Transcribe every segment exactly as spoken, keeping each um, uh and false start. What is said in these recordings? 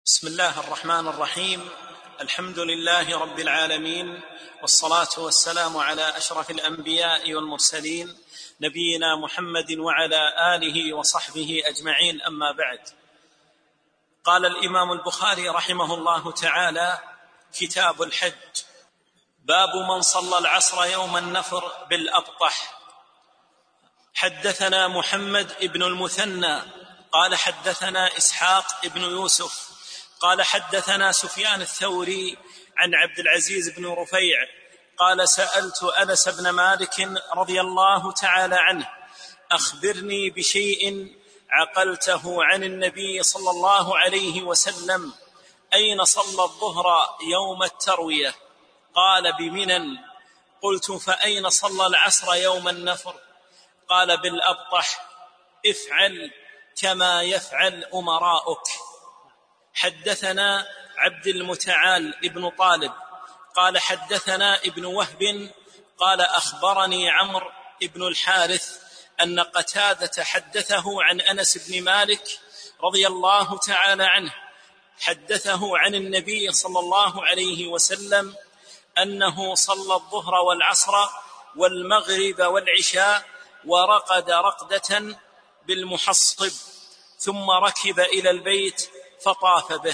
بسم الله الرحمن الرحيم. الحمد لله رب العالمين، والصلاة والسلام على أشرف الأنبياء والمرسلين نبينا محمد وعلى آله وصحبه أجمعين، أما بعد. قال الإمام البخاري رحمه الله تعالى: كتاب الحج، باب من صلى العصر يوم النفر بالأبطح. حدثنا محمد بن المثنى قال حدثنا إسحاق بن يوسف قال حدثنا سفيان الثوري عن عبد العزيز بن رفيع قال: سألت أنس بن مالك رضي الله تعالى عنه: أخبرني بشيء عقلته عن النبي صلى الله عليه وسلم، أين صلى الظهر يوم التروية؟ قال: بمنى. قلت: فأين صلى العصر يوم النفر؟ قال: بالأبطح. افعل كما يفعل أمراؤك. حدثنا عبد المتعال ابن طالب قال حدثنا ابن وهب قال أخبرني عمرو ابن الحارث أن قتادة حدثه عن أنس بن مالك رضي الله تعالى عنه، حدثه عن النبي صلى الله عليه وسلم أنه صلى الظهر والعصر والمغرب والعشاء ورقد رقدة بالمحصب، ثم ركب إلى البيت فطاف به.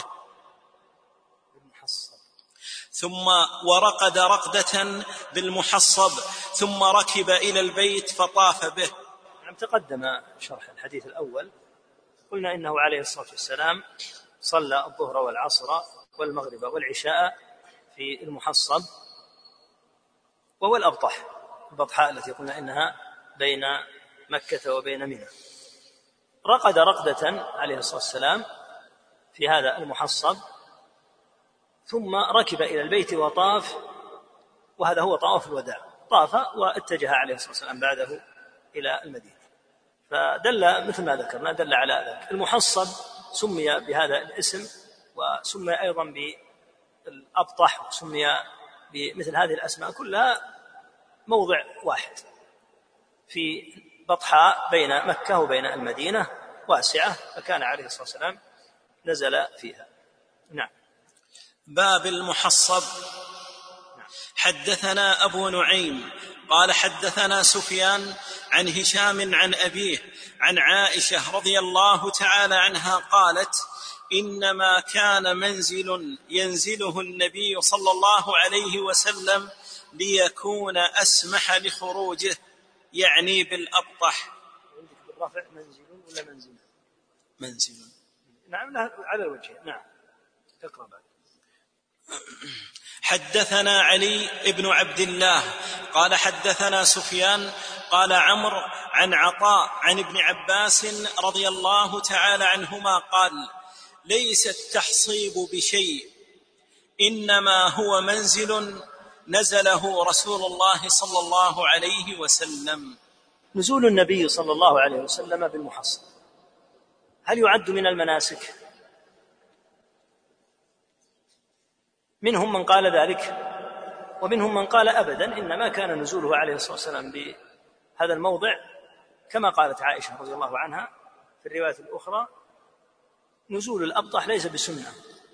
ثم ورقد رقدة بالمحصب ثم ركب إلى البيت فطاف به. نعم، تقدم شرح الحديث الأول. قلنا إنه عليه الصلاة والسلام صلى الظهر والعصر والمغرب والعشاء في المحصب، وهو الأبطح، البطحاء التي قلنا إنها بين مكة وبين منى. رقد رقدة عليه الصلاة والسلام في هذا المحصب، ثم ركب إلى البيت وطاف، وهذا هو طواف الوداع. طاف واتجه عليه الصلاة والسلام بعده إلى المدينة، فدل مثل ما ذكرنا دل على ذلك. المحصب سمي بهذا الاسم، وسمي أيضا بالأبطح، وسمي بمثل هذه الأسماء كلها موضع واحد في بطحاء بين مكة وبين المدينة، واسعة، فكان عليه الصلاة والسلام نزل فيها. نعم. باب المحصب. حدثنا أبو نعيم قال حدثنا سفيان عن هشام عن أبيه عن عائشة رضي الله تعالى عنها قالت: إنما كان منزل ينزله النبي صلى الله عليه وسلم ليكون أسمح لخروجه، يعني بالأبطح. بالرفع منزل ولا منزل؟ منزل. نعم، على الوجه. نعم، اقرأ بعد. حدثنا علي بن عبد الله قال حدثنا سفيان قال عمرو عن عطاء عن ابن عباس رضي الله تعالى عنهما قال: ليس التحصيب بشيء، إنما هو منزل نزله رسول الله صلى الله عليه وسلم. نزول النبي صلى الله عليه وسلم بالمحصب هل يعد من المناسك؟ منهم من قال ذلك، ومنهم من قال أبدا، إنما كان نزوله عليه الصلاة والسلام بهذا الموضع كما قالت عائشة رضي الله عنها في الرواية الأخرى: نزول الأبطح ليس بسنة،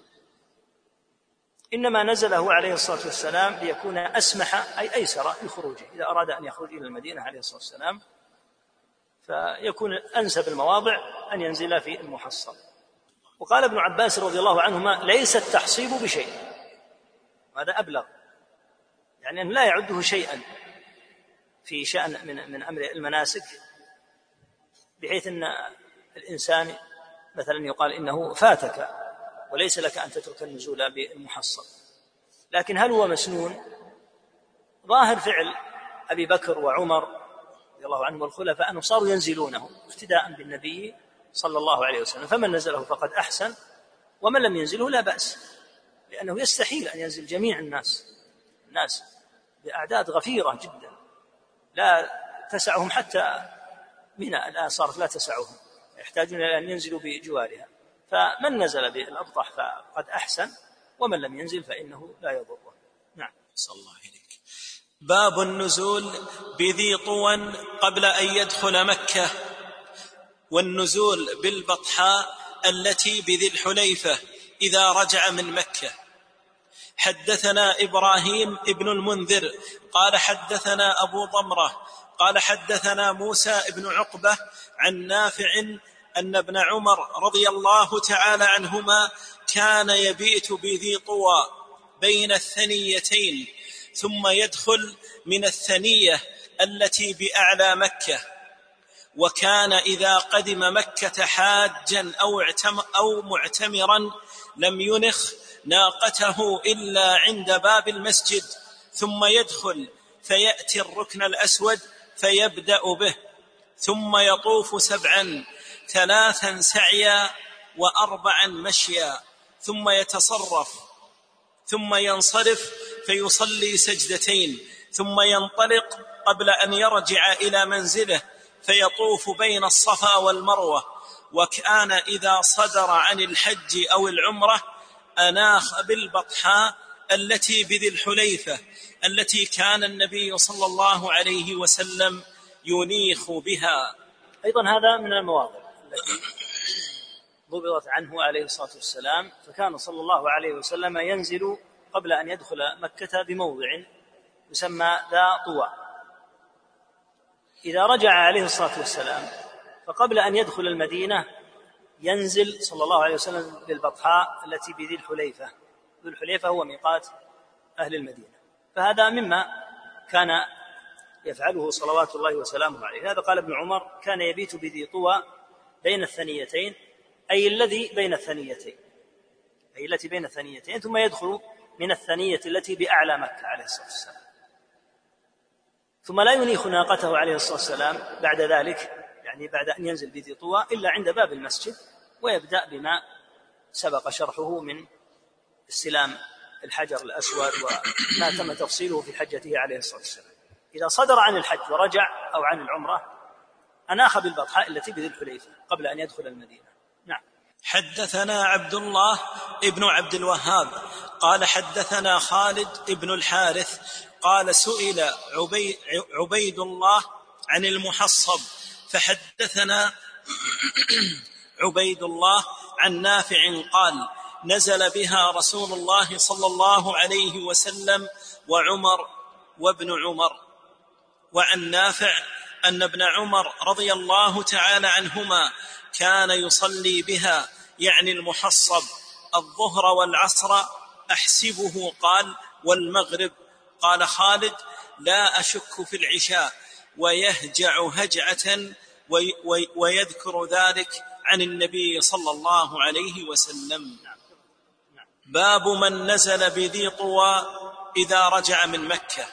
إنما نزله عليه الصلاة والسلام ليكون أسمح أي أيسر لخروجه. إذا أراد أن يخرج إلى المدينة عليه الصلاة والسلام فيكون أنسب المواضع أن ينزل في المحصب. وقال ابن عباس رضي الله عنهما: ليس التحصيب بشيء، هذا أبلغ، يعني أن لا يعده شيئا في شأن من, من أمر المناسك، بحيث أن الإنسان مثلا يقال إنه فاتك وليس لك أن تترك النزول بالمحصب. لكن هل هو مسنون؟ ظاهر فعل أبي بكر وعمر رضي الله عنهم والخلفاء أنهم صاروا ينزلونه اقتداء بالنبي صلى الله عليه وسلم، فمن نزله فقد أحسن، ومن لم ينزله لا بأس، لأنه يستحيل أن ينزل جميع الناس الناس بأعداد غفيرة جدا لا تسعهم، حتى منى الآن صارت لا تسعهم، يحتاجون إلى أن ينزلوا بجوارها. فمن نزل بالأبطح فقد أحسن، ومن لم ينزل فإنه لا يضره. نعم. صلى الله عليك. باب النزول بذي طوى قبل أن يدخل مكة، والنزول بالبطحاء التي بذي الحليفة إذا رجع من مكة. حدثنا إبراهيم ابن المنذر قال حدثنا أبو ضمرة قال حدثنا موسى بن عقبة عن نافع أن ابن عمر رضي الله تعالى عنهما كان يبيت بذي طوى بين الثنيتين ثم يدخل من الثنية التي بأعلى مكة، وكان إذا قدم مكة حاجا أو معتمرا لم ينخ ناقته إلا عند باب المسجد، ثم يدخل فيأتي الركن الأسود فيبدأ به، ثم يطوف سبعا ثلاثا سعيا وأربعا مشيا، ثم يتصرف ثم ينصرف فيصلي سجدتين، ثم ينطلق قبل أن يرجع إلى منزله فيطوف بين الصفا والمروة. وكان إذا صدر عن الحج أو العمرة أناخ بالبطحاء التي بذي الحليفة التي كان النبي صلى الله عليه وسلم ينيخ بها. أيضا هذا من المواضع التي ضبطت عنه عليه الصلاة والسلام، فكان صلى الله عليه وسلم ينزل قبل أن يدخل مكة بموضع يسمى ذا طوى. إذا رجع عليه الصلاة والسلام فقبل أن يدخل المدينة ينزل صلى الله عليه وسلم بالبطحاء التي بذي الحليفة. ذو الحليفة هو ميقات أهل المدينة، فهذا مما كان يفعله صلوات الله وسلامه عليه. هذا قال ابن عمر كان يبيت بذي طوى بين الثنيتين، أي الذي بين الثنيتين أي التي بين الثنيتين ثم يدخل من الثنية التي بأعلى مكة عليه الصلاة والسلام، ثم لا ينيخ ناقته عليه الصلاة والسلام بعد ذلك، يعني بعد أن ينزل بذي طوى، إلا عند باب المسجد، ويبدأ بما سبق شرحه من استلام الحجر الأسود وما تم تفصيله في حجته عليه الصلاة والسلام. إذا صدر عن الحج ورجع أو عن العمرة أناخ بالبطحاء التي بذي الحليفة قبل أن يدخل المدينة. نعم. حدثنا عبد الله ابن عبد الوهاب قال حدثنا خالد ابن الحارث قال سئل عبي عبيد الله عن المحصب فحدثنا عبيد الله عن نافع قال نزل بها رسول الله صلى الله عليه وسلم وعمر وابن عمر. وعن نافع أن ابن عمر رضي الله تعالى عنهما كان يصلي بها، يعني المحصب، الظهر والعصر أحسبه قال والمغرب. قال خالد لا أشك في العشاء، ويهجع هجعة ويذكر ذلك عن النبي صلى الله عليه وسلم. باب من نزل بذي طوى إذا رجع من مكة.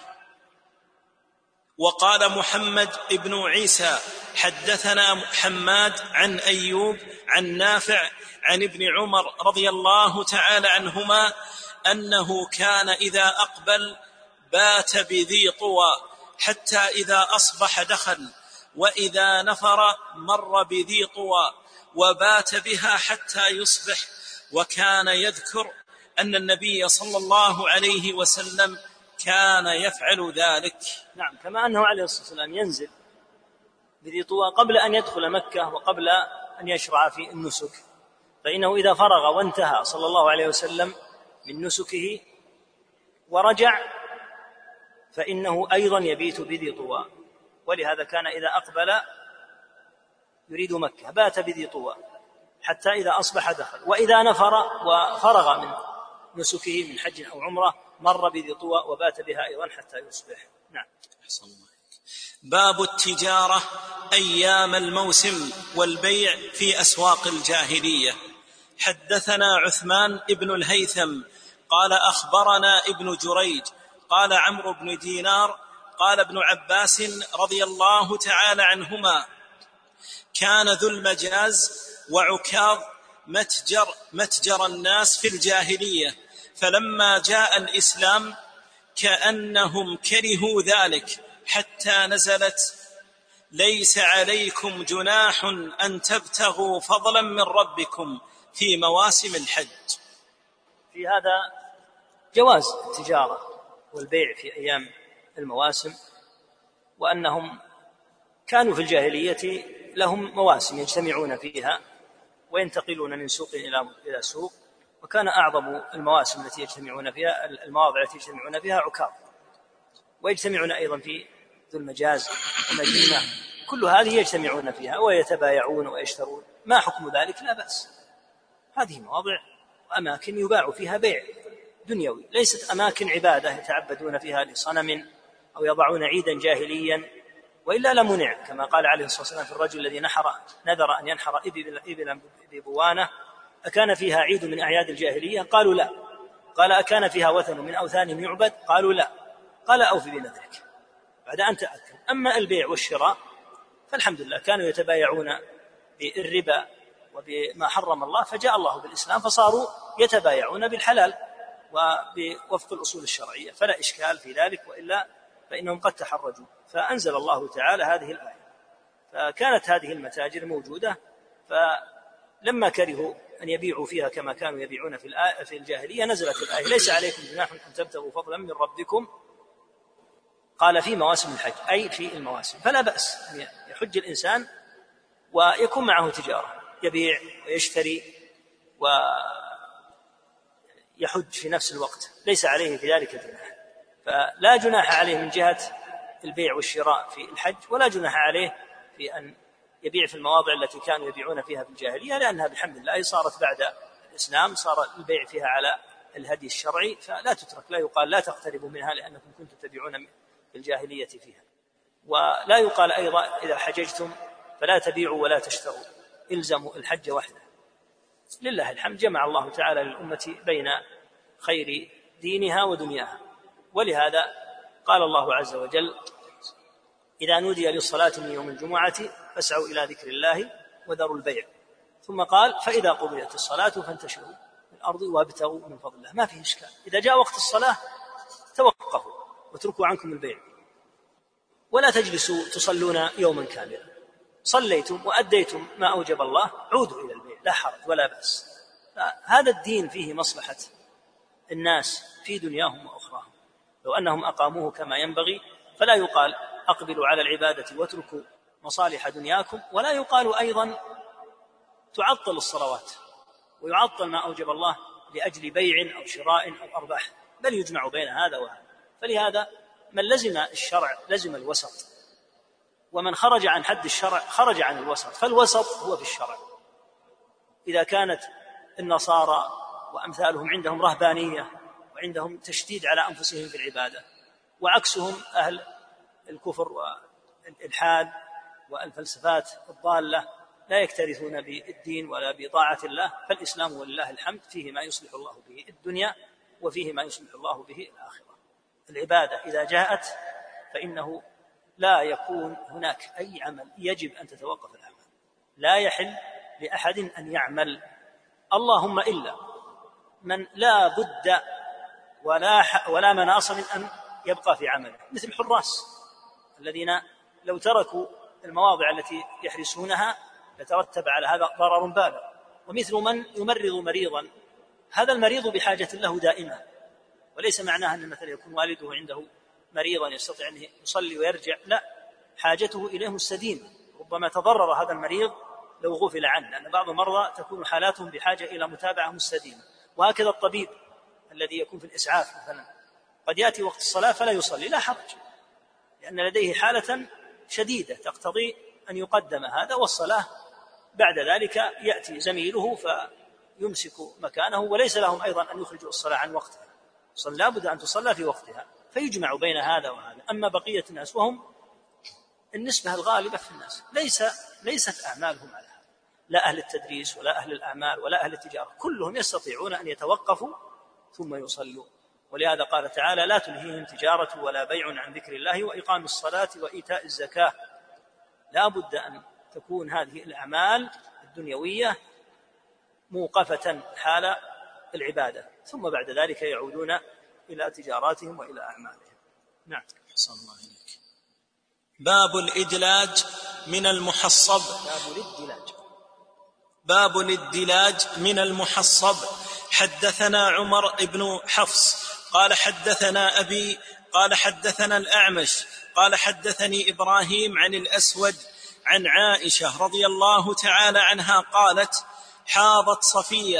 وقال محمد بن عيسى حدثنا حماد عن أيوب عن نافع عن ابن عمر رضي الله تعالى عنهما أنه كان إذا أقبل بات بذي طوى حتى إذا أصبح دخل، وإذا نفر مر بذي طوى وبات بها حتى يصبح، وكان يذكر أن النبي صلى الله عليه وسلم كان يفعل ذلك. نعم، كما أنه عليه الصلاة والسلام ينزل بذي طوى قبل أن يدخل مكة وقبل أن يشرع في النسك، فإنه إذا فرغ وانتهى صلى الله عليه وسلم من نسكه ورجع فإنه أيضا يبيت بذي طوى. ولهذا كان إذا أقبل يريد مكة بات بذي طوى حتى إذا أصبح دخل، وإذا نفر وفرغ من نسكه من حج أو عمرة مر بذي طوى وبات بها أيضا حتى يصبح. نعم. باب التجارة أيام الموسم والبيع في أسواق الجاهلية. حدثنا عثمان ابن الهيثم قال أخبرنا ابن جريج قال عمرو بن دينار قال ابن عباس رضي الله تعالى عنهما كان ذو المجاز وعكاظ متجر, متجر الناس في الجاهلية، فلما جاء الإسلام كأنهم كرهوا ذلك حتى نزلت ليس عليكم جناح أن تبتغوا فضلا من ربكم في مواسم الحج. في هذا جواز التجارة والبيع في أيام المواسم، وأنهم كانوا في الجاهلية لهم مواسم يجتمعون فيها وينتقلون من سوق إلى سوق، وكان أعظم المواسم التي يجتمعون فيها المواضع التي يجتمعون فيها عكاظ، ويجتمعون أيضا في ذو المجاز ومدينة، كل هذه يجتمعون فيها ويتبايعون ويشترون. ما حكم ذلك؟ لا بأس، هذه مواضع وأماكن يباع فيها بيع دنيوي، ليست أماكن عبادة يتعبدون فيها لصنم أو يضعون عيدا جاهليا، وإلا لمنع، كما قال عليه الصلاة والسلام في الرجل الذي نحر نذر أن ينحر إبلا ببوانة أكان فيها عيد من أعياد الجاهلية؟ قالوا لا. قال أكان فيها وثن من أوثانهم يعبد؟ قالوا لا. قال أوف بنذرك بعد أن تأكد. أما البيع والشراء فالحمد لله كانوا يتبايعون بالربا وبما حرم الله، فجاء الله بالإسلام فصاروا يتبايعون بالحلال وبوفق الأصول الشرعية، فلا إشكال في ذلك، وإلا فإنهم قد تحرجوا. فأنزل الله تعالى هذه الآية، فكانت هذه المتاجر موجودة، فلما كرهوا أن يبيعوا فيها كما كانوا يبيعون في الآية في الجاهلية نزلت الآية: ليس عليكم جناح أن تبتغوا فضلا من ربكم. قال في مواسم الحج، أي في المواسم، فلا بأس أن يحج الإنسان ويكون معه تجارة، يبيع ويشتري ويحج في نفس الوقت، ليس عليه في ذلك جناح. فلا جناح عليه من جهة البيع والشراء في الحج، ولا جناح عليه في أن يبيع في المواضع التي كانوا يبيعون فيها في الجاهلية، لأنها بحمد الله صارت بعد الإسلام صار البيع فيها على الهدي الشرعي، فلا تترك، لا يقال لا تقتربوا منها لأنكم كنتم تبيعون في الجاهلية فيها. ولا يقال أيضا إذا حججتم فلا تبيعوا ولا تشتروا، إلزموا الحج وحده. لله الحمد، جمع الله تعالى للأمة بين خير دينها ودنياها، ولهذا قال الله عز وجل: إذا نودي للصلاة من يوم الجمعة فاسعوا إلى ذكر الله وذروا البيع. ثم قال: فإذا قضيت الصلاة فانتشروا في الأرض وابتغوا من فضل الله. ما فيه إشكال، إذا جاء وقت الصلاة توقفوا واتركوا عنكم البيع، ولا تجلسوا تصلون يوما كاملا، صليتم وأديتم ما أوجب الله عودوا إلى البيع، لا حرج ولا بأس. هذا الدين فيه مصلحة الناس في دنياهم وأخراهم، لو أنهم أقاموه كما ينبغي فلا يقال أقبلوا على العبادة واتركوا مصالح دنياكم، ولا يقال أيضا تعطل الصلوات ويعطل ما أوجب الله لأجل بيع أو شراء أو أرباح، بل يجمع بين هذا وهذا. فلهذا من لزم الشرع لزم الوسط، ومن خرج عن حد الشرع خرج عن الوسط، فالوسط هو في الشرع. إذا كانت النصارى وأمثالهم عندهم رهبانية وعندهم تشديد على أنفسهم في العبادة، وعكسهم أهل الكفر والإلحاد والفلسفات الضالة لا يكترثون بالدين ولا بطاعة الله، فالإسلام ولله الحمد فيه ما يصلح الله به الدنيا وفيه ما يصلح الله به الآخرة. العبادة إذا جاءت فإنه لا يكون هناك أي عمل يجب أن تتوقف الأعمال، لا يحل لأحد أن يعمل، اللهم إلا من لا بد ولا, ولا مناص من أن يبقى في عمله، مثل الحراس الذين لو تركوا المواضع التي يحرسونها يترتب على هذا ضرر بالغ، ومثل من يمرض مريضا، هذا المريض بحاجة له دائما، وليس معناه أن مثلا يكون والده عنده مريضا يستطيع أن يصلي ويرجع، لا، حاجته إليه مستديمة، ربما تضرر هذا المريض لو غفل عنه، لأن بعض المرضى تكون حالاتهم بحاجة إلى متابعة مستديمة. وهكذا الطبيب الذي يكون في الإسعاف مثلا قد يأتي وقت الصلاة فلا يصلي، لا حرج، لأن لديه حالة شديدة تقتضي أن يقدم هذا، والصلاة بعد ذلك يأتي زميله فيمسك مكانه، وليس لهم أيضا أن يخرجوا الصلاة عن وقتها، صلى لا بد أن تصلى في وقتها، فيجمع بين هذا وهذا. أما بقية الناس وهم النسبة الغالبة في الناس ليس ليست أعمالهم على هذا، لا أهل التدريس ولا أهل الأعمال ولا أهل التجارة، كلهم يستطيعون أن يتوقفوا ثم يصلوا. ولهذا قال تعالى: لا تلهيهم تجارة ولا بيع عن ذكر الله وإقام الصلاة وإيتاء الزكاة. لا بد أن تكون هذه الأعمال الدنيوية موقفة حال العبادة، ثم بعد ذلك يعودون إلى تجاراتهم وإلى أعمالهم. نعم. أحسن الله إليك. باب الإدلاج من المحصب. باب الإدلاج. باب الإدلاج من المحصب. حدثنا عمر بن حفص قال حدثنا أبي قال حدثنا الأعمش قال حدثني إبراهيم عن الأسود عن عائشة رضي الله تعالى عنها قالت: حاضت صفية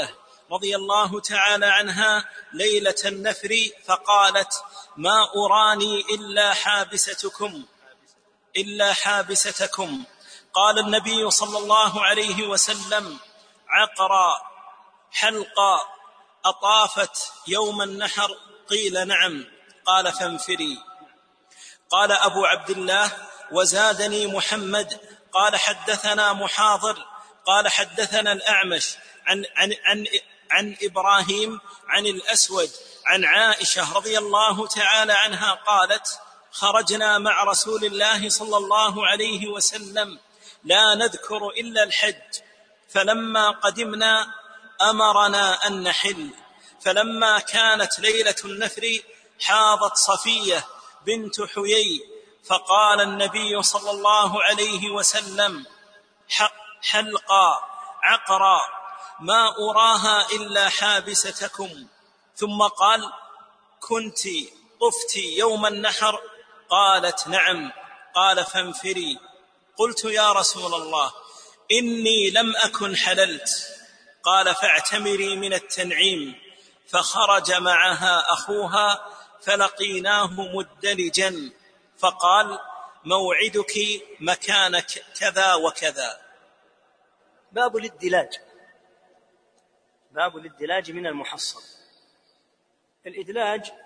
رضي الله تعالى عنها ليلة النفر فقالت: ما أراني إلا حابستكم إلا حابستكم. قال النبي صلى الله عليه وسلم: عقرا حلقا أطافت يوم النحر؟ قيل: نعم. قال: فانفري. قال أبو عبد الله: وزادني محمد قال حدثنا محاضر قال حدثنا الأعمش عن, عن, عن, عن إبراهيم عن الأسود عن عائشة رضي الله تعالى عنها قالت: خرجنا مع رسول الله صلى الله عليه وسلم لا نذكر إلا الحج، فلما قدمنا أمرنا أن نحل، فلما كانت ليلة النفر حاضت صفية بنت حيي، فقال النبي صلى الله عليه وسلم: حلقا عقرا ما أراها إلا حابستكم. ثم قال: كنت طفت يوم النحر؟ قالت: نعم. قال: فانفري. قلت: يا رسول الله، إني لم أكن حللت. قال: فاعتمري من التنعيم. فخرج معها أخوها فلقيناه مدلجا، فقال: موعدك مكان كذا وكذا. باب الادلاج. باب الادلاج من المحصل. الإدلاج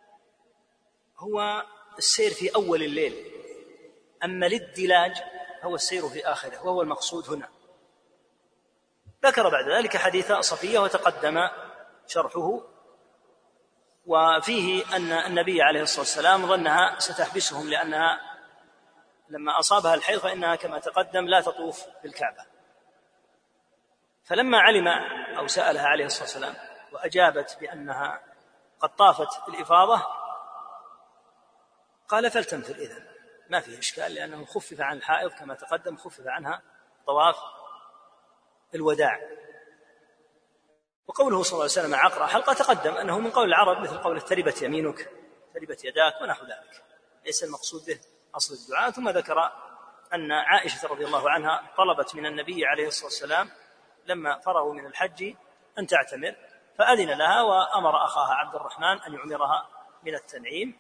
هو السير في أول الليل، أما الادلاج هو السير في آخره، وهو المقصود هنا. ذكر بعد ذلك حديث صفية وتقدم شرحه، وفيه أن النبي عليه الصلاة والسلام ظنها ستحبسهم، لأنها لما أصابها الحيض فإنها كما تقدم لا تطوف بالكعبة. فلما علم أو سألها عليه الصلاة والسلام وأجابت بأنها قد طافت الإفاضة، قال: فلتنفر إذن، ما فيه إشكال، لأنه خفف عن الحائض كما تقدم، خفف عنها طواف الوداع. وقوله صلى الله عليه وسلم عقرا حلقة تقدم أنه من قول العرب، مثل قول تربت يمينك، تربت يداك ونحو ذلك، ليس المقصود به أصل الدعاء. ثم ذكر أن عائشة رضي الله عنها طلبت من النبي عليه الصلاة والسلام لما فرغوا من الحج أن تعتمر، فأذن لها وأمر أخاها عبد الرحمن أن يعمرها من التنعيم،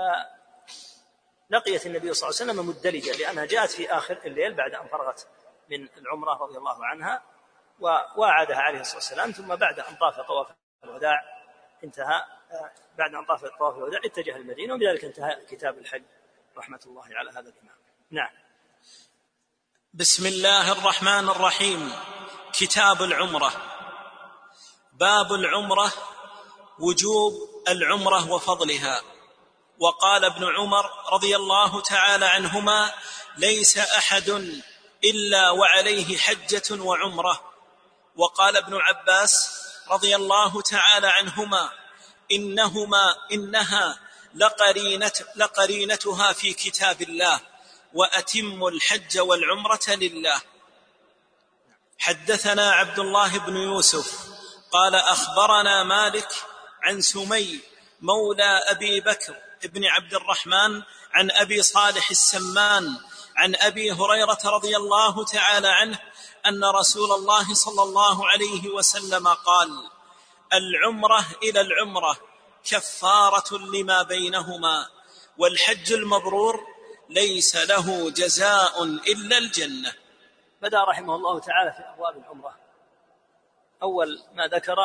فلقيت النبي صلى الله عليه وسلم مدلجة، لأنها جاءت في آخر الليل بعد أن فرغت من العمرة رضي الله عنها، وواعدها عليه الصلاة والسلام. ثم بعد أن طاف طواف الوداع انتهى بعد أن طاف طواف الوداع اتجه المدينة، وبذلك انتهى كتاب الحج رحمة الله على هذا الإمام. نعم. بسم الله الرحمن الرحيم. كتاب العمرة. باب العمرة، وجوب العمرة وفضلها. وقال ابن عمر رضي الله تعالى عنهما: ليس أحد إلا وعليه حجة وعمرة. وقال ابن عباس رضي الله تعالى عنهما: إنهما إنها لقرينة لقرينتها في كتاب الله، وأتم الحج والعمرة لله. حدثنا عبد الله بن يوسف قال أخبرنا مالك عن سمي مولى أبي بكر ابن عبد الرحمن عن أبي صالح السمان عن أبي هريرة رضي الله تعالى عنه أن رسول الله صلى الله عليه وسلم قال: العمرة إلى العمرة كفارة لما بينهما، والحج المبرور ليس له جزاء إلا الجنة. بدأ رحمه الله تعالى في أبواب العمرة. أول ما ذكر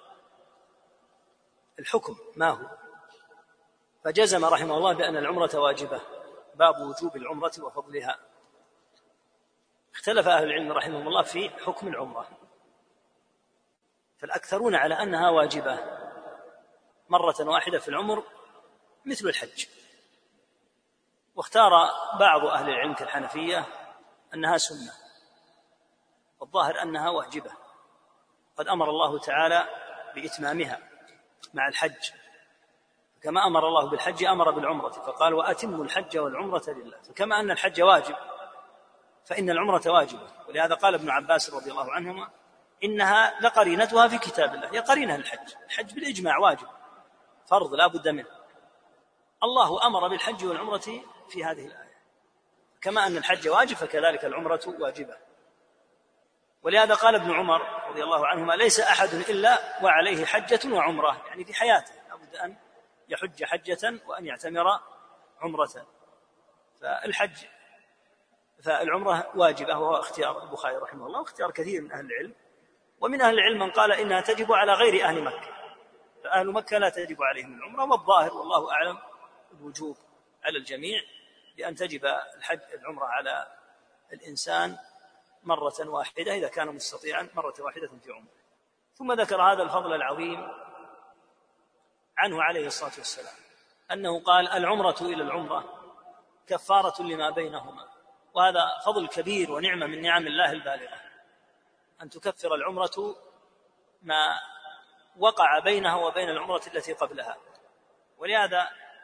الحكم ما هو، فجزم رحمه الله بأن العمرة واجبة. باب وجوب العمرة وفضلها. اختلف أهل العلم رحمهم الله في حكم العمرة، فالأكثرون على أنها واجبة مرة واحدة في العمر مثل الحج، واختار بعض أهل العلم كالحنفية أنها سنة، والظاهر أنها واجبة. قد أمر الله تعالى بإتمامها مع الحج، كما أمر الله بالحج أمر بالعمرة، فقال: وأتموا الحج والعمرة لله. فكما أن الحج واجب فإن العمرة واجبة. ولهذا قال ابن عباس رضي الله عنهما: إنها لقرينتها في كتاب الله. هي قرينة الحج، الحج بالإجماع واجب فرض لا بد منه. الله أمر بالحج والعمرة في هذه الآية، كما أن الحج واجب فكذلك العمرة واجبة. ولهذا قال ابن عمر رضي الله عنهما ليس أحد إلا وعليه حجة وعمرة، يعني في حياته لابد أن يحج حجة وأن يعتمر عمرة. فالحج فالعمرة واجبة، وهو اختيار البخاري رحمه الله واختيار كثير من أهل العلم. ومن أهل العلم من قال إنها تجب على غير أهل مكة، فأهل مكة لا تجب عليهم العمرة، والظاهر والله أعلم الوجوب على الجميع بأن تجب الحج العمرة على الإنسان مرة واحدة إذا كان مستطيعا مرة واحدة في عمره. ثم ذكر هذا الفضل العظيم عنه عليه الصلاة والسلام أنه قال: العمرة إلى العمرة كفارة لما بينهما. وهذا فضل كبير ونعمة من نعم الله البالغة، أن تكفر العمرة ما وقع بينها وبين العمرة التي قبلها. ولهذا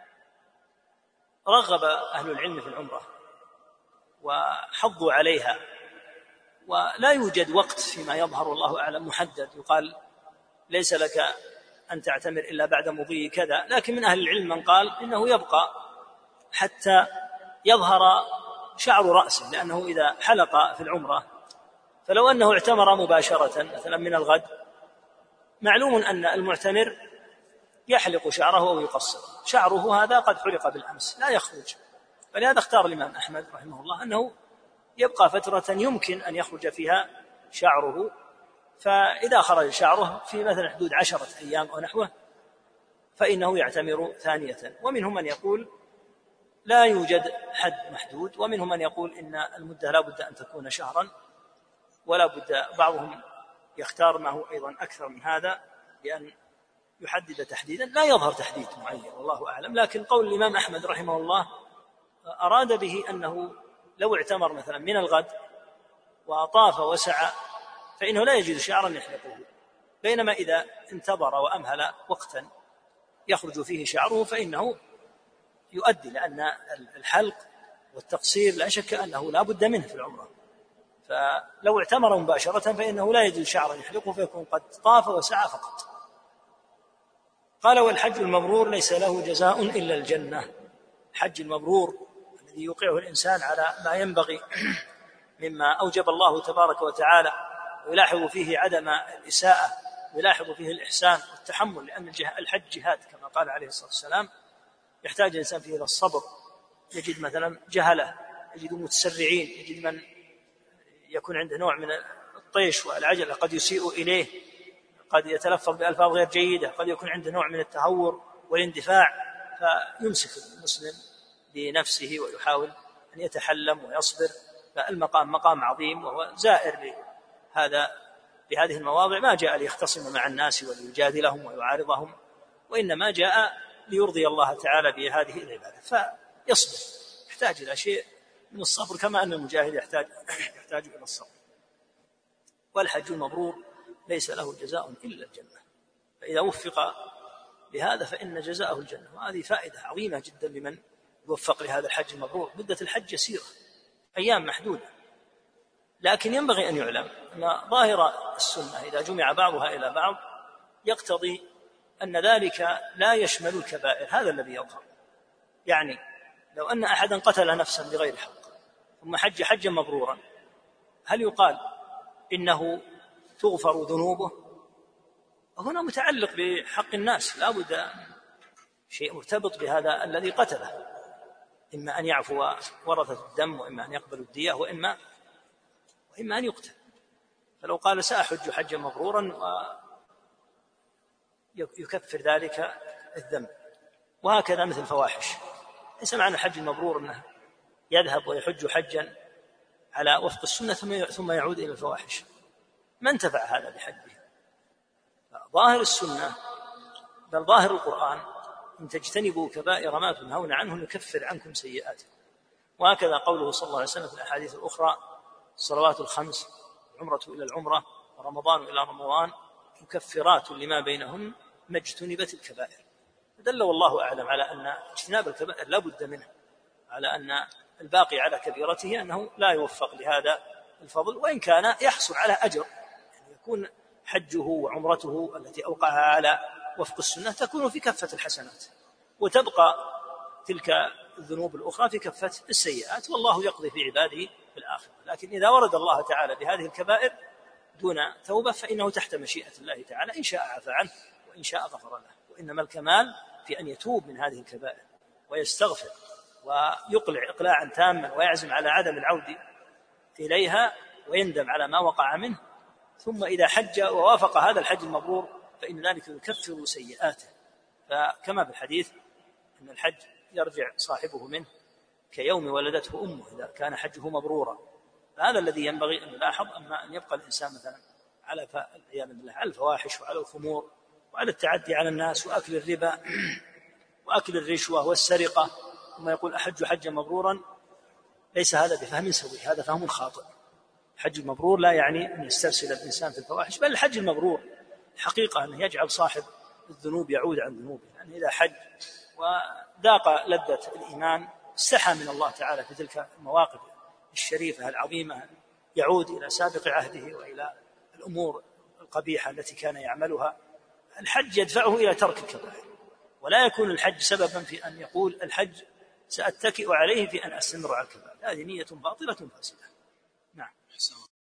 رغب أهل العلم في العمرة وحضوا عليها، ولا يوجد وقت فيما يظهر والله أعلم محدد يقال ليس لك أن تعتمر إلا بعد مضي كذا، لكن من أهل العلم من قال إنه يبقى حتى يظهر شعر رأسه، لأنه إذا حلق في العمرة فلو أنه اعتمر مباشرة مثلا من الغد، معلوم أن المعتمر يحلق شعره أو يقصر شعره، هذا قد حلق بالأمس لا يخرج. فلهذا اختار الإمام أحمد رحمه الله أنه يبقى فترة يمكن أن يخرج فيها شعره، فإذا خرج شعره في مثلا حدود عشرة أيام أو نحوه فإنه يعتمر ثانية. ومنهم من يقول لا يوجد حد محدود، ومنهم من يقول إن المدة لا بد أن تكون شهرا، ولا بد بعضهم يختار ما هو أيضا أكثر من هذا بأن يحدد تحديدا لا يظهر تحديد معين والله أعلم. لكن قول الإمام أحمد رحمه الله أراد به أنه لو اعتمر مثلا من الغد وطاف وسعى فإنه لا يجد شعرا يحلقه، بينما إذا انتظر وأمهل وقتا يخرج فيه شعره فإنه يؤدي، لأن الحلق والتقصير لا شك أنه لا بد منه في العمرة. فلو اعتمر مباشرة فإنه لا يجد شعرا يحلقه فيكون قد طاف وسعى فقط. قال: والحج المبرور ليس له جزاء إلا الجنة. الحج المبرور الذي يوقعه الإنسان على ما ينبغي مما أوجب الله تبارك وتعالى، ويلاحظ فيه عدم الإساءة، ويلاحظ فيه الإحسان والتحمل، لأن الحج جهاد كما قال عليه الصلاة والسلام، يحتاج الإنسان فيه إلى الصبر. يجد مثلا جهلة، يجد متسرعين، يجد من يكون عنده نوع من الطيش والعجلة، قد يسيء إليه، قد يتلفظ بألفاظ غير جيدة، قد يكون عنده نوع من التهور والاندفاع، فيمسك المسلم بنفسه ويحاول أن يتحلم ويصبر. فالمقام مقام عظيم، وهو زائر بهذا بهذه المواضع، ما جاء ليختصم مع الناس وليجادلهم ويعارضهم، وإنما جاء ليرضي الله تعالى بهذه العبادة، فيصبر، يحتاج إلى شيء من الصبر كما أن المجاهد يحتاج يحتاج إلى الصبر. والحج المبرور ليس له جزاء إلا الجنة، فإذا وفق لهذا فإن جزاءه الجنة. وهذه فائدة عظيمة جدا لمن يوفق لهذا الحج المبرور. مدة الحج يسيرة، أيام محدودة، لكن ينبغي أن يعلم أن ظاهر السنة إذا جمع بعضها إلى بعض يقتضي أن ذلك لا يشمل الكبائر. هذا الذي يظهر. يعني لو أن أحدا قتل نفسا بغير حق ثم حج حجا مبرورا، هل يقال إنه تغفر ذنوبه؟ وهنا متعلق بحق الناس، لا بد شيء مرتبط بهذا الذي قتله، إما أن يعفو ورثة الدم، وإما أن يقبل الدية، وإما وإما أن يقتل. فلو قال سأحج حجا مبرورا ويكفر ذلك الذنب. وهكذا مثل فواحش، ليس معنى الحج المبرور أنه يذهب ويحج حجا على وفق السنة ثم يعود إلى الفواحش، ما انتفع هذا بحجه. ظاهر السنة بل ظاهر القرآن: إن تجتنبوا كبائر ما تنهون عنه نكفر عنكم سيئاتكم. وهكذا قوله صلى الله عليه وسلم في الأحاديث الأخرى: الصلوات الخمس، العمرة إلى العمرة، ورمضان إلى رمضان، مكفرات لما بينهن ما اجتنبت الكبائر. دل والله أعلم على أن اجتناب الكبائر لا بد منه، على أن الباقي على كبيرته أنه لا يوفق لهذا الفضل، وإن كان يحصل على أجر، يعني يكون حجه وعمرته التي أوقعها على وفق السنة تكون في كفة الحسنات، وتبقى تلك الذنوب الأخرى في كفة السيئات، والله يقضي في عباده في الآخرة. لكن إذا ورد الله تعالى بهذه الكبائر دون توبة فإنه تحت مشيئة الله تعالى، إن شاء عفى عنه وإن شاء غفر له. وإنما الكمال في أن يتوب من هذه الكبائر ويستغفر ويقلع إقلاعا تاما ويعزم على عدم العودة إليها ويندم على ما وقع منه، ثم إذا حج ووافق هذا الحج المبرور فإن ذلك يكفر سيئاته. فكما في الحديث أن الحج يرجع صاحبه منه كيوم ولدته أمه إذا كان حجه مبرورا. هذا الذي ينبغي أن نلاحظ. أما أن يبقى الإنسان مثلا على العياذ بالله على الفواحش وعلى الخمور وعلى التعدي على الناس وأكل الربا وأكل الرشوة والسرقة ثم يقول أحج حجا مبرورا، ليس هذا بفهم سوي، هذا فهم خاطئ. الحج المبرور لا يعني أن يسترسل الإنسان في الفواحش، بل الحج المبرور حقيقة أنه يجعل صاحب الذنوب يعود عن ذنوبه، لأن يعني إذا حج وذاق لذة الإيمان استحى من الله تعالى في تلك المواقف الشريفة العظيمة يعود إلى سابق عهده وإلى الأمور القبيحة التي كان يعملها. الحج يدفعه إلى ترك الكبائر، ولا يكون الحج سببا في أن يقول الحج سأتكئ عليه في أن أستمر على الكبائر، هذه نية باطلة فاسدة. نعم.